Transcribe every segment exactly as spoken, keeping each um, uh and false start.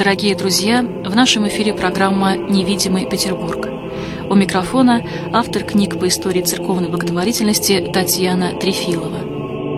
Дорогие друзья, в нашем эфире программа «Невидимый Петербург». У микрофона автор книг по истории церковной благотворительности Татьяна Трефилова.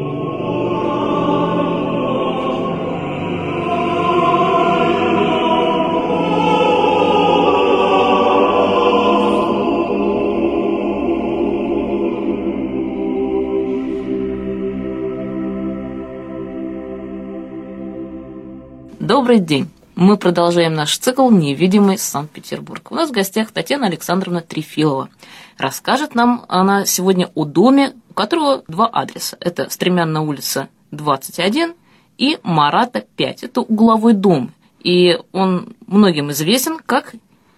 Добрый день! Мы продолжаем наш цикл «Невидимый Санкт-Петербург». У нас в гостях Татьяна Александровна Трефилова. Расскажет нам она сегодня о доме, у которого два адреса. Это Стремянная улица, двадцать один и Марата, пять. Это угловой дом, и он многим известен как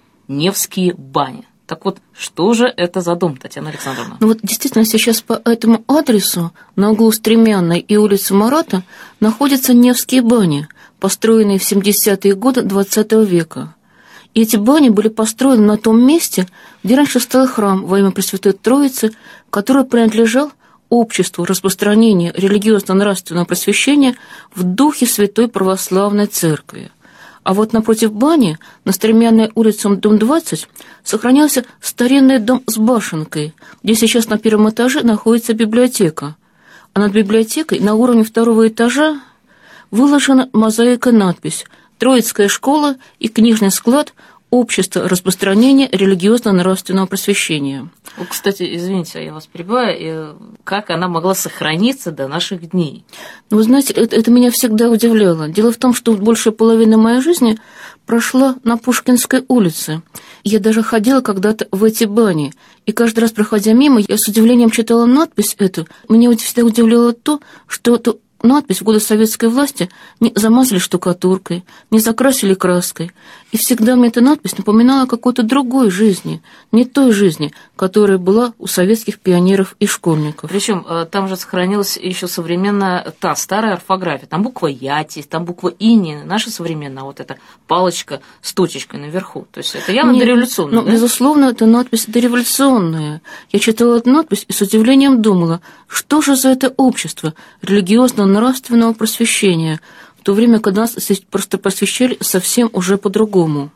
Невские бани. Так вот, что же это за дом, Татьяна Александровна? Ну вот действительно сейчас по этому адресу на углу Стремянной и улицы Марата находятся Невские бани, построенные в семидесятые годы двадцатого века. И эти бани были построены на том месте, где раньше стоял храм во имя Пресвятой Троицы, который принадлежал обществу распространения религиозно-нравственного просвещения в духе Святой Православной Церкви. А вот напротив бани, на Стремянной улице, дом двадцать, сохранялся старинный дом с башенкой, где сейчас на первом этаже находится библиотека. А над библиотекой на уровне второго этажа выложена мозаика-надпись «Троицкая школа и книжный склад Общества распространения религиозно-нравственного просвещения». Вот, кстати, извините, я вас перебиваю, как она могла сохраниться до наших дней? Ну, вы знаете, это, это меня всегда удивляло. Дело в том, что большая половина моей жизни прошла на Пушкинской улице. Я даже ходила когда-то в эти бани, и каждый раз, проходя мимо, я с удивлением читала надпись эту. Меня всегда удивляло то, что это надпись в годы советской власти не замазали штукатуркой, не закрасили краской. И всегда мне эта надпись напоминала о какой-то другой жизни, не той жизни, которая была у советских пионеров и школьников. Причем там же сохранилась еще современная та старая орфография. Там буква «Яти», там буква «И», не наша современная, а вот эта палочка с точечкой наверху. То есть это явно дореволюционная, ну, да? Безусловно, эта надпись дореволюционная. Я читала эту надпись и с удивлением думала, что же за это общество религиозно-нравственного просвещения, в то время, когда нас просто просвещали совсем уже по-другому.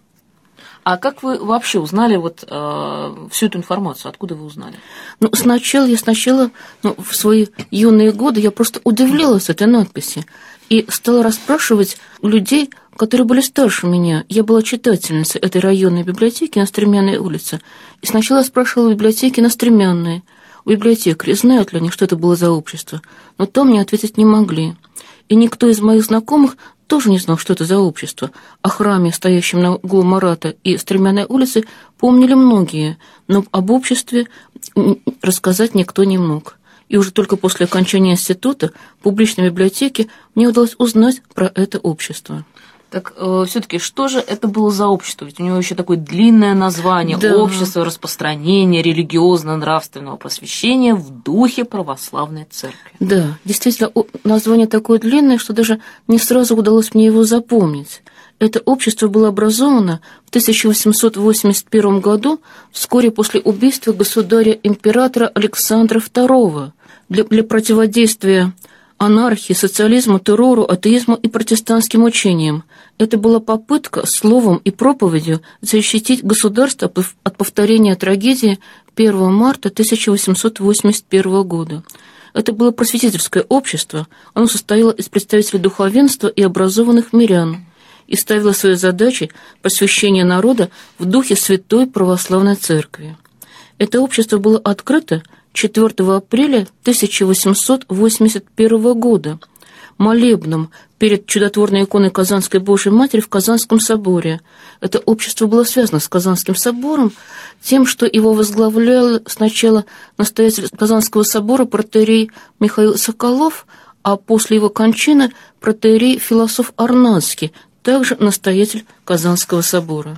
А как вы вообще узнали вот э, всю эту информацию? Откуда вы узнали? Ну, сначала я сначала, ну, в свои юные годы я просто удивлялась этой надписи и стала расспрашивать у людей, которые были старше меня. Я была читательницей этой районной библиотеки на Стремянной улице. И сначала я спрашивала в библиотеке на Стремянной, у библиотекарей, знают ли они, что это было за общество. Но там мне ответить не могли. И никто из моих знакомых тоже не знал, что это за общество. О храме, стоящем на углу Марата и Стремянной улицы, помнили многие, но об обществе рассказать никто не мог. И уже только после окончания института в публичной библиотеке мне удалось узнать про это общество. Так э, все-таки что же это было за общество? Ведь у него еще такое длинное название, да. Общество распространения религиозно-нравственного просвещения в духе православной церкви. Да, действительно, название такое длинное, что даже не сразу удалось мне его запомнить. Это общество было образовано в тысяча восемьсот восемьдесят первом году, вскоре после убийства государя-императора Александра второго, для, для противодействия анархии, социализму, террору, атеизму и протестантским учениям. Это была попытка словом и проповедью защитить государство от повторения трагедии первого марта тысяча восемьсот восемьдесят первого года. Это было просветительское общество, оно состояло из представителей духовенства и образованных мирян и ставило своей задачей просвещение народа в духе Святой Православной Церкви. Это общество было открыто четвёртого апреля тысяча восемьсот восемьдесят первого года молебном перед чудотворной иконой Казанской Божией Матери в Казанском соборе. Это общество было связано с Казанским собором тем, что его возглавлял сначала настоятель Казанского собора протоиерей Михаил Соколов, а после его кончины протоиерей Философ Арнадский, также настоятель Казанского собора.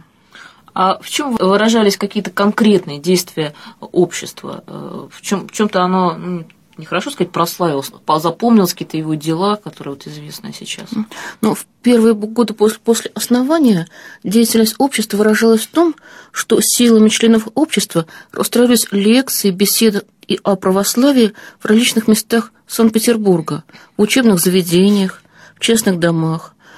А в чем выражались какие-то конкретные действия общества? В чем, в чем-то оно, ну, нехорошо сказать, прославилось, запомнилось какие-то его дела, которые вот известны сейчас? Ну, в первые годы после, после основания деятельность общества выражалась в том, что силами членов общества устраивались лекции, беседы и о православии в различных местах Санкт-Петербурга, в учебных заведениях, в частных домах.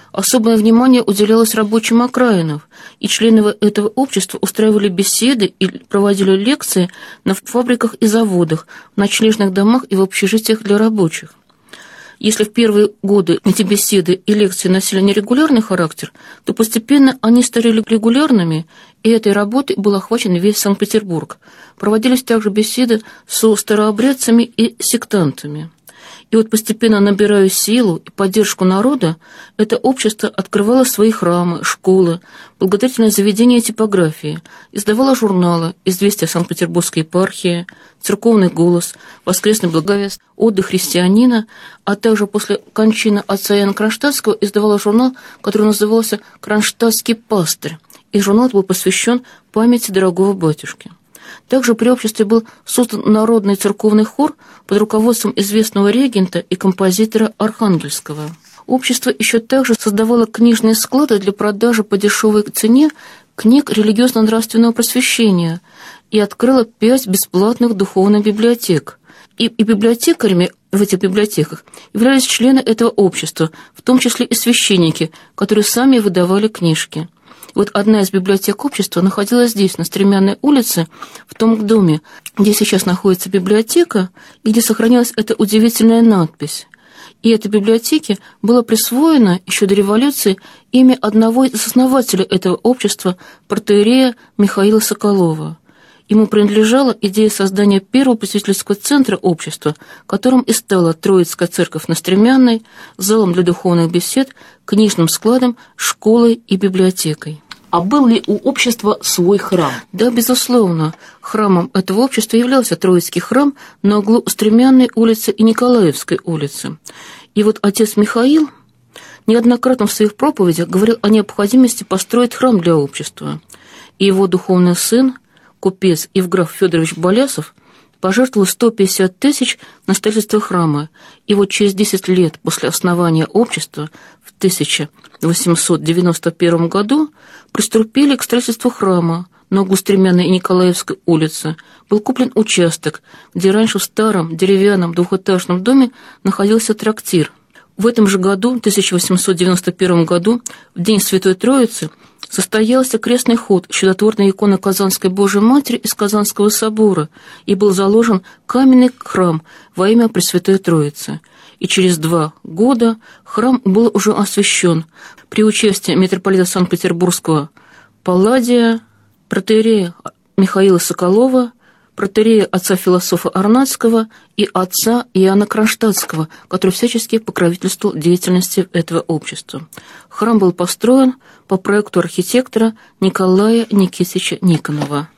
Особое внимание уделялось рабочим окраинов, и члены этого общества устраивали беседы и проводили лекции на фабриках и заводах, в ночлежных домах и в общежитиях для рабочих. Если в первые годы эти беседы и лекции носили нерегулярный характер, то постепенно они стали регулярными, и этой работой был охвачен весь Санкт-Петербург. Проводились также беседы со старообрядцами и сектантами. И вот постепенно, набирая силу и поддержку народа, это общество открывало свои храмы, школы, благотворительные заведения типографии, издавало журналы «Известия Санкт-Петербургской епархии», «Церковный голос», «Воскресный благовест», «Отдых христианина», а также после кончины отца Иоанна Кронштадтского издавало журнал, который назывался «Кронштадтский пастырь», и журнал был посвящен памяти дорогого батюшки. Также при обществе был создан народный церковный хор под руководством известного регента и композитора Архангельского. Общество еще также создавало книжные склады для продажи по дешевой цене книг религиозно-нравственного просвещения и открыло пять бесплатных духовных библиотек. И, и библиотекарями в этих библиотеках являлись члены этого общества, в том числе и священники, которые сами выдавали книжки. Вот одна из библиотек общества находилась здесь, на Стремянной улице, в том доме, где сейчас находится библиотека, и где сохранилась эта удивительная надпись. И этой библиотеке было присвоено еще до революции имя одного из основателей этого общества, протоиерея Михаила Соколова. Ему принадлежала идея создания первого просветительского центра общества, которым и стала Троицкая церковь на Стремянной, залом для духовных бесед, книжным складом, школой и библиотекой. А был ли у общества свой храм? Да, безусловно. Храмом этого общества являлся Троицкий храм на углу Стремянной улицы и Николаевской улицы. И вот отец Михаил неоднократно в своих проповедях говорил о необходимости построить храм для общества. И его духовный сын, купец Евграф Федорович Болясов, пожертвовал сто пятьдесят тысяч на строительство храма, и вот через десять лет после основания общества в тысяча восемьсот девяносто первом году приступили к строительству храма. На углу Стремянной и Николаевской улицы был куплен участок, где раньше в старом деревянном двухэтажном доме находился трактир. В этом же году, в тысяча восемьсот девяносто первом году, в День Святой Троицы, состоялся крестный ход чудотворной иконы Казанской Божией Матери из Казанского собора, и был заложен каменный храм во имя Пресвятой Троицы. И через два года храм был уже освящен при участии митрополита Санкт-Петербургского Палладия, протоиерея Михаила Соколова, протоиерея отца-философа Арнадского и отца Иоанна Кронштадтского, который всячески покровительствовал деятельности этого общества. Храм был построен по проекту архитектора Николая Никитича Никонова.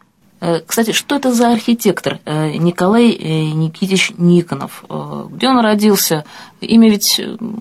Кстати, что это за архитектор Николай Никитич Никонов? Где он родился? Имя ведь,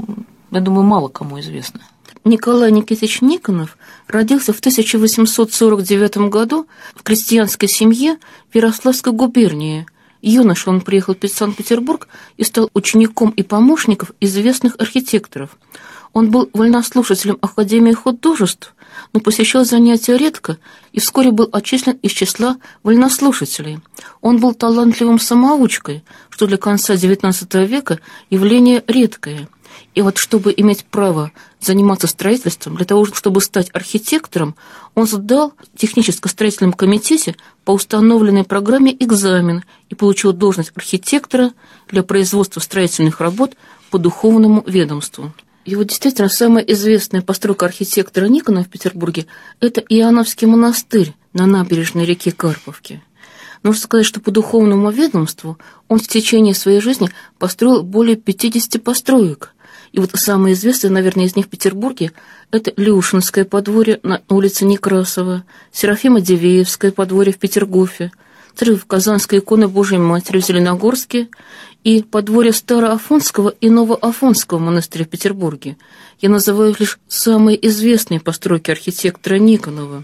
я думаю, мало кому известно. Николай Никитич Никонов родился в тысяча восемьсот сорок девятом году в крестьянской семье в Ярославской губернии. Юноша он приехал в Санкт-Петербург и стал учеником и помощником известных архитекторов. Он был вольнослушателем Академии художеств, но посещал занятия редко и вскоре был отчислен из числа вольнослушателей. Он был талантливым самоучкой, что для конца девятнадцатого века явление редкое. И вот чтобы иметь право заниматься строительством, для того, чтобы стать архитектором, он сдал в техническо-строительном комитете по установленной программе экзамен и получил должность архитектора для производства строительных работ по духовному ведомству. И вот действительно самая известная постройка архитектора Никонова в Петербурге – это Иоанновский монастырь на набережной реки Карповки. Нужно сказать, что по духовному ведомству он в течение своей жизни построил более пятидесяти построек. И вот самое известное, наверное, из них в Петербурге – это Люшинское подворье на улице Некрасова, Серафимо-Дивеевское подворье в Петергофе, церковь Казанской иконы Божией Матери в Зеленогорске и подворье Староафонского и Новоафонского монастыря в Петербурге. Я называю их лишь самые известные постройки архитектора Никонова.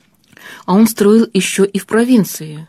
А он строил еще и в провинции.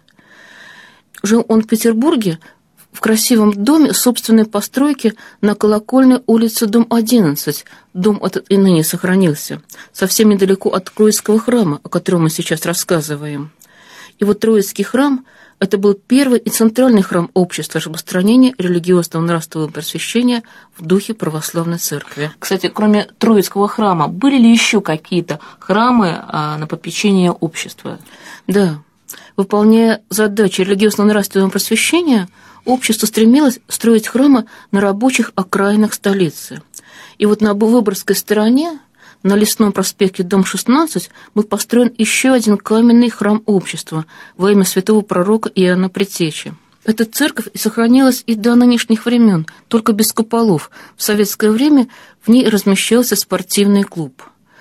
Жил он в Петербурге, в красивом доме собственной постройки на Колокольной улице, дом одиннадцать. Дом этот и ныне сохранился, совсем недалеко от Троицкого храма, о котором мы сейчас рассказываем. И вот Троицкий храм – это был первый и центральный храм общества распространения религиозного нравственного просвещения в духе православной церкви. Кстати, кроме Троицкого храма, были ли еще какие-то храмы а, на попечение общества? Да. Выполняя задачи религиозно-нравственного просвещения, общество стремилось строить храмы на рабочих окраинах столицы. И вот на Выборгской стороне, на Лесном проспекте, дом шестнадцать, был построен еще один каменный храм общества во имя святого пророка Иоанна Предтечи. Эта церковь сохранилась и до нынешних времен, только без куполов. В советское время в ней размещался спортивный клуб.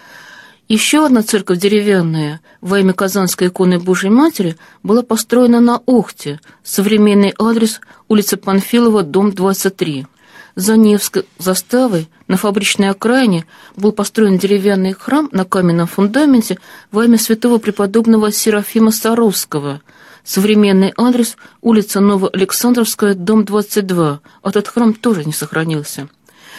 Еще одна церковь деревянная во имя Казанской иконы Божией Матери была построена на Охте, современный адрес улица Панфилова, дом двадцать три. За Невской заставой на фабричной окраине был построен деревянный храм на каменном фундаменте во имя святого преподобного Серафима Саровского. Современный адрес улица Новоалександровская, дом двадцать два. Этот храм тоже не сохранился.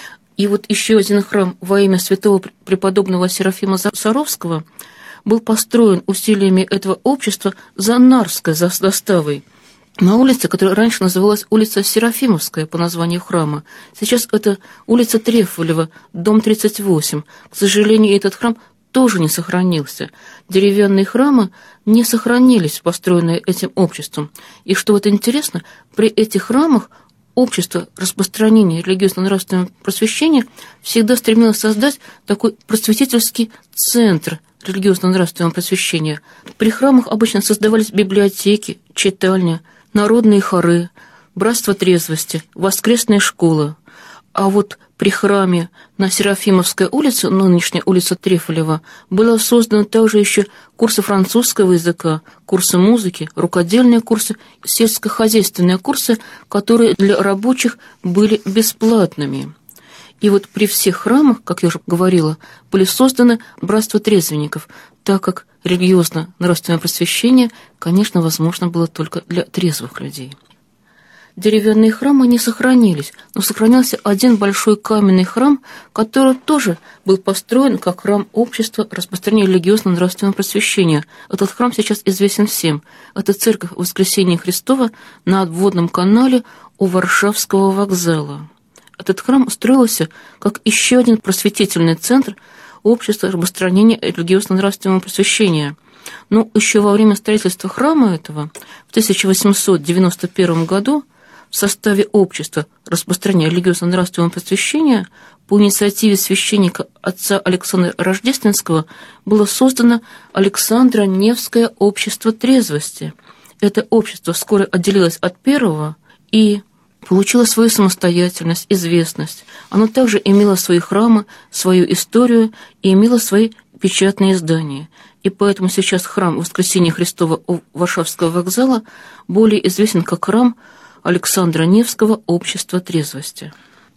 И вот еще один храм во имя святого преподобного Серафима Саровского был построен усилиями этого общества за Нарвской заставой, на улице, которая раньше называлась улица Серафимовская по названию храма. Сейчас это улица Трефолева, дом тридцать восемь. К сожалению, этот храм тоже не сохранился. Деревянные храмы не сохранились, построенные этим обществом. И что вот интересно, при этих храмах общество распространения религиозно-нравственного просвещения всегда стремилось создать такой просветительский центр религиозно-нравственного просвещения. При храмах обычно создавались библиотеки, читальня, народные хоры, братство трезвости, воскресная школа. А вот при храме на Серафимовской улице, нынешняя улица Трефолева, было создано также еще курсы французского языка, курсы музыки, рукодельные курсы, сельскохозяйственные курсы, которые для рабочих были бесплатными. И вот при всех храмах, как я уже говорила, были созданы братства трезвенников, так как религиозно-нравственное просвещение, конечно, возможно было только для трезвых людей. Деревянные храмы не сохранились, но сохранился один большой каменный храм, который тоже был построен как храм общества распространения религиозно-нравственного просвещения. Этот храм сейчас известен всем. Это церковь Воскресения Христова на обводном канале у Варшавского вокзала. Этот храм строился как еще один просветительный центр общества распространения религиозно-нравственного просвещения. Но еще во время строительства храма этого в тысяча восемьсот девяносто первом году в составе общества распространения религиозно-нравственного просвещения по инициативе священника отца Александра Рождественского было создано Александро-Невское общество трезвости. Это общество вскоре отделилось от первого и получило свою самостоятельность, известность. Оно также имело свои храмы, свою историю и имело свои печатные издания. И поэтому сейчас храм Воскресения Христова у Варшавского вокзала более известен как храм Александра Невского общества трезвости.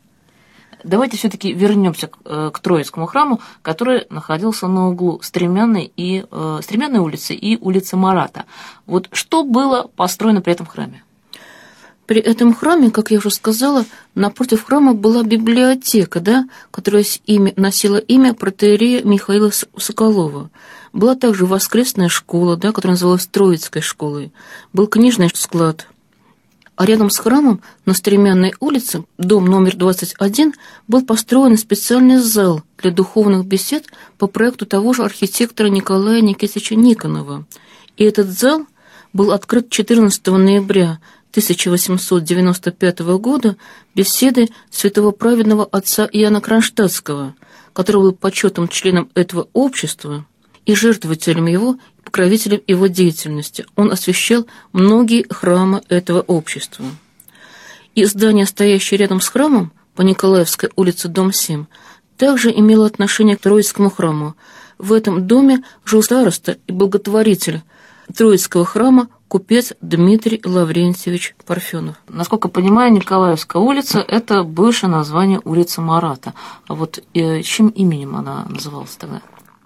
Давайте все-таки вернемся к, к Троицкому храму, который находился на углу Стремянной, и, э, Стремянной улицы и улицы Марата. Вот что было построено при этом храме? При этом храме, как я уже сказала, напротив храма была библиотека, да, которая имя, носила имя протоиерея Михаила Соколова. Была также воскресная школа, да, которая называлась Троицкой школой. Был книжный склад. А рядом с храмом на Стремянной улице, дом номер двадцать один, был построен специальный зал для духовных бесед по проекту того же архитектора Николая Никитича Никонова. И этот зал был открыт четырнадцатого ноября тысяча восемьсот девяносто пятого года беседой святого праведного отца Иоанна Кронштадтского, который был почетным членом этого общества и жертвователем его, покровителем его деятельности. Он освящал многие храмы этого общества. И здание, стоящее рядом с храмом по Николаевской улице, дом семь, также имело отношение к Троицкому храму. В этом доме жил староста и благотворитель Троицкого храма купец Дмитрий Лаврентьевич Парфенов. Насколько понимаю, Николаевская улица – это бывшее название улицы Марата. А вот э, чьим именем она называлась тогда?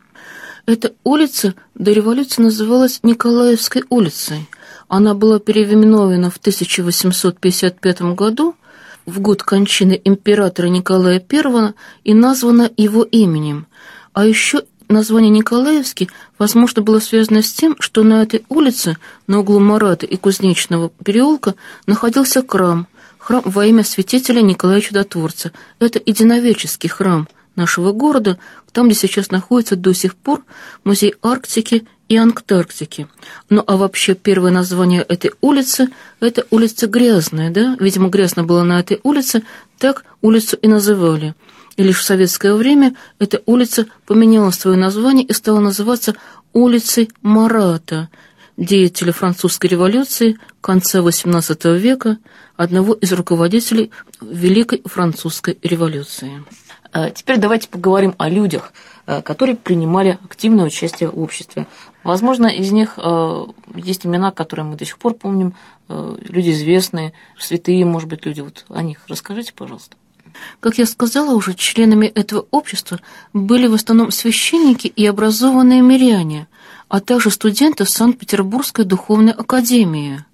Эта улица до революции называлась Николаевской улицей. Она была переименована в тысяча восемьсот пятьдесят пятом году, в год кончины императора Николая Первого, и названа его именем. А еще название Николаевский, возможно, было связано с тем, что на этой улице, на углу Марата и Кузнечного переулка, находился храм, храм во имя святителя Николая Чудотворца. Это единоверческий храм нашего города, там, где сейчас находится до сих пор музей Арктики и Антарктики. Ну, а вообще первое название этой улицы – это улица Грязная, да? Видимо, грязно было на этой улице, так улицу и называли. И лишь в советское время эта улица поменяла свое название и стала называться улицей Марата, деятеля французской революции конца восемнадцатого века, одного из руководителей Великой Французской революции. Теперь давайте поговорим о людях, которые принимали активное участие в обществе. Возможно, из них есть имена, которые мы до сих пор помним, люди известные, святые, может быть, люди. Вот о них расскажите, пожалуйста. Как я сказала уже, членами этого общества были в основном священники и образованные миряне, а также студенты Санкт-Петербургской духовной академии.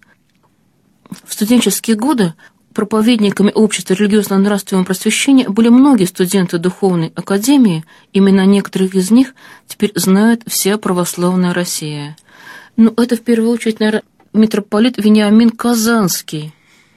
В студенческие годы проповедниками общества религиозно-нравственного просвещения были многие студенты духовной академии, имена некоторых из них теперь знает вся православная Россия. Но это в первую очередь, наверное, митрополит Вениамин Казанский,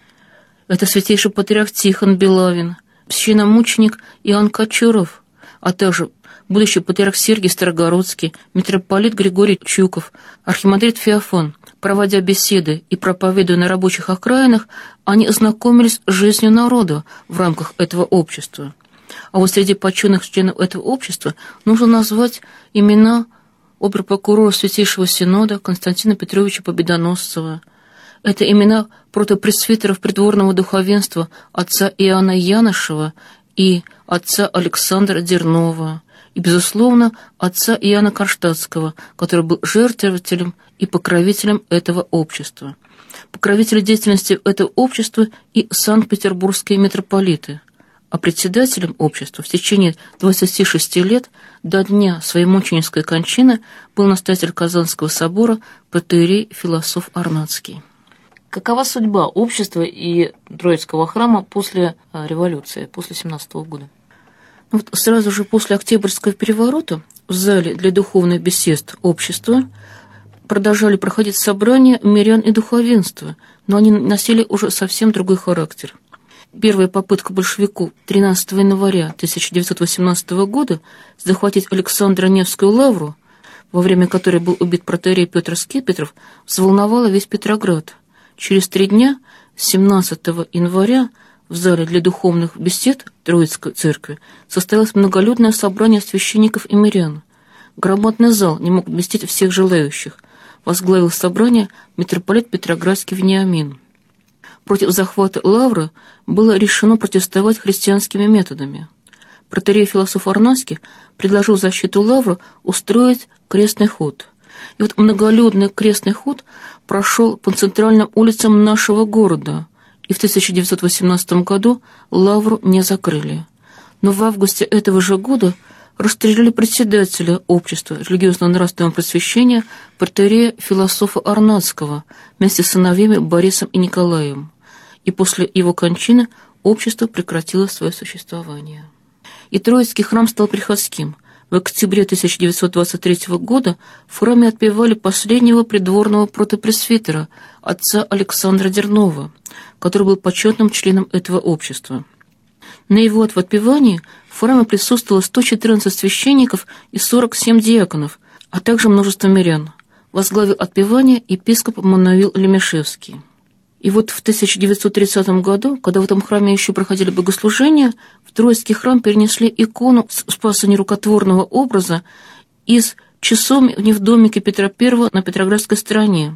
это святейший патриарх Тихон Белавин, священномученик Иоанн Кочуров, а также будущий патриарх Сергий Старогородский, митрополит Григорий Чуков, архимандрит Феофан. Проводя беседы и проповедуя на рабочих окраинах, они ознакомились с жизнью народа в рамках этого общества. А вот среди почетных членов этого общества нужно назвать имена обер-прокурора Святейшего Синода Константина Петровича Победоносцева. Это имена протопресвитеров придворного духовенства отца Иоанна Янышева и отца Александра Дернова, и, безусловно, отца Иоанна Кронштадтского, который был жертвователем и покровителем этого общества. Покровители деятельности этого общества и санкт-петербургские митрополиты, а председателем общества в течение двадцати шести лет до дня своей мученической кончины был настоятель Казанского собора протоиерей Философ Арнацкий. Какова судьба общества и Троицкого храма после революции, после семнадцатого года? Вот сразу же после Октябрьского переворота в зале для духовных бесед общества продолжали проходить собрания мирян и духовенства, но они носили уже совсем другой характер. Первая попытка большевиков тринадцатого января тысяча девятьсот восемнадцатого года захватить Александро-Невскую лавру, во время которой был убит протоиерей Петр Скипетров, взволновала весь Петроград. Через три дня, семнадцатого января, в зале для духовных бесед Троицкой церкви состоялось многолюдное собрание священников и мирян. Громадный зал не мог вместить всех желающих. Возглавил собрание митрополит Петроградский Вениамин. Против захвата лавры было решено протестовать христианскими методами. Протоиерей Философ Арнацкий предложил защиту лавры устроить крестный ход. И вот многолюдный крестный ход прошел по центральным улицам нашего города, и в тысяча девятьсот восемнадцатом году лавру не закрыли. Но в августе этого же года расстреляли председателя общества религиозно-нравственного просвещения протоиерея Философа Арнацкого вместе с сыновьями Борисом и Николаем. И после его кончины общество прекратило свое существование. И Троицкий храм стал приходским. В октябре тысяча девятьсот двадцать третьего года в храме отпевали последнего придворного протопресвитера, отца Александра Дернова, который был почетным членом этого общества. На его отпевании в храме присутствовало сто четырнадцать священников и сорок семь диаконов, а также множество мирян. Возглавил отпевание епископ Мануил Лемешевский. И вот в тысяча девятьсот тридцатом году, когда в этом храме еще проходили богослужения, в Троицкий храм перенесли икону Спаса нерукотворного образа из часовни в домике Петра Первого на Петроградской стороне.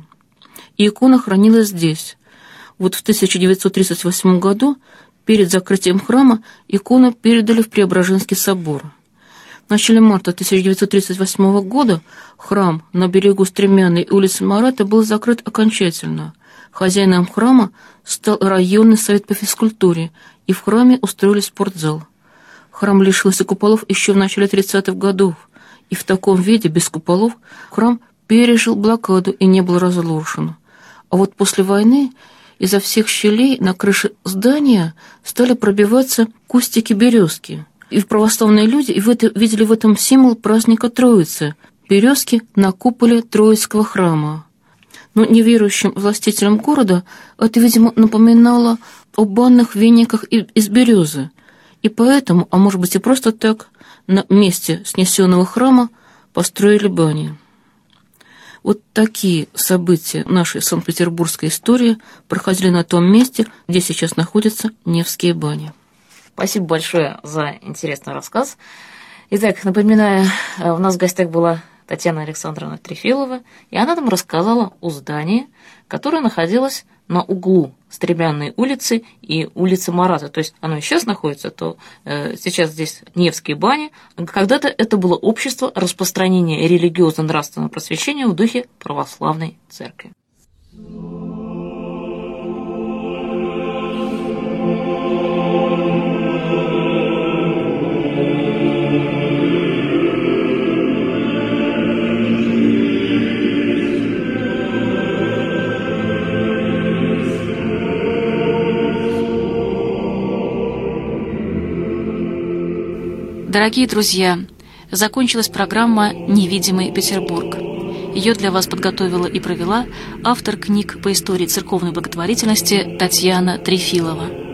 И икона хранилась здесь. Вот в тысяча девятьсот тридцать восьмом году, перед закрытием храма, икону передали в Преображенский собор. В начале марта тысяча девятьсот тридцать восьмого года храм на берегу Стремянной улицы Марата был закрыт окончательно. Хозяином храма стал районный совет по физкультуре, и в храме устроили спортзал. Храм лишился куполов еще в начале тридцатых годов, и в таком виде, без куполов, храм пережил блокаду и не был разрушен. А вот после войны изо всех щелей на крыше здания стали пробиваться кустики березки. И православные люди и в это, видели в этом символ праздника Троицы, березки на куполе Троицкого храма. Но неверующим властителям города это, видимо, напоминало о банных вениках из березы. И поэтому, а может быть и просто так, на месте снесенного храма построили бани. Вот такие события нашей санкт-петербургской истории проходили на том месте, где сейчас находятся Невские бани. Спасибо большое за интересный рассказ. Итак, напоминаю, у нас в гостях была Татьяна Александровна Трефилова, и она нам рассказала о здании, которое находилось на углу Стремянной улицы и улицы Марата. То есть оно и сейчас находится, то э, сейчас здесь Невские бани. Когда-то это было общество распространения религиозно-нравственного просвещения в духе православной церкви. Дорогие друзья, закончилась программа «Невидимый Петербург». Ее для вас подготовила и провела автор книг по истории церковной благотворительности Татьяна Трефилова.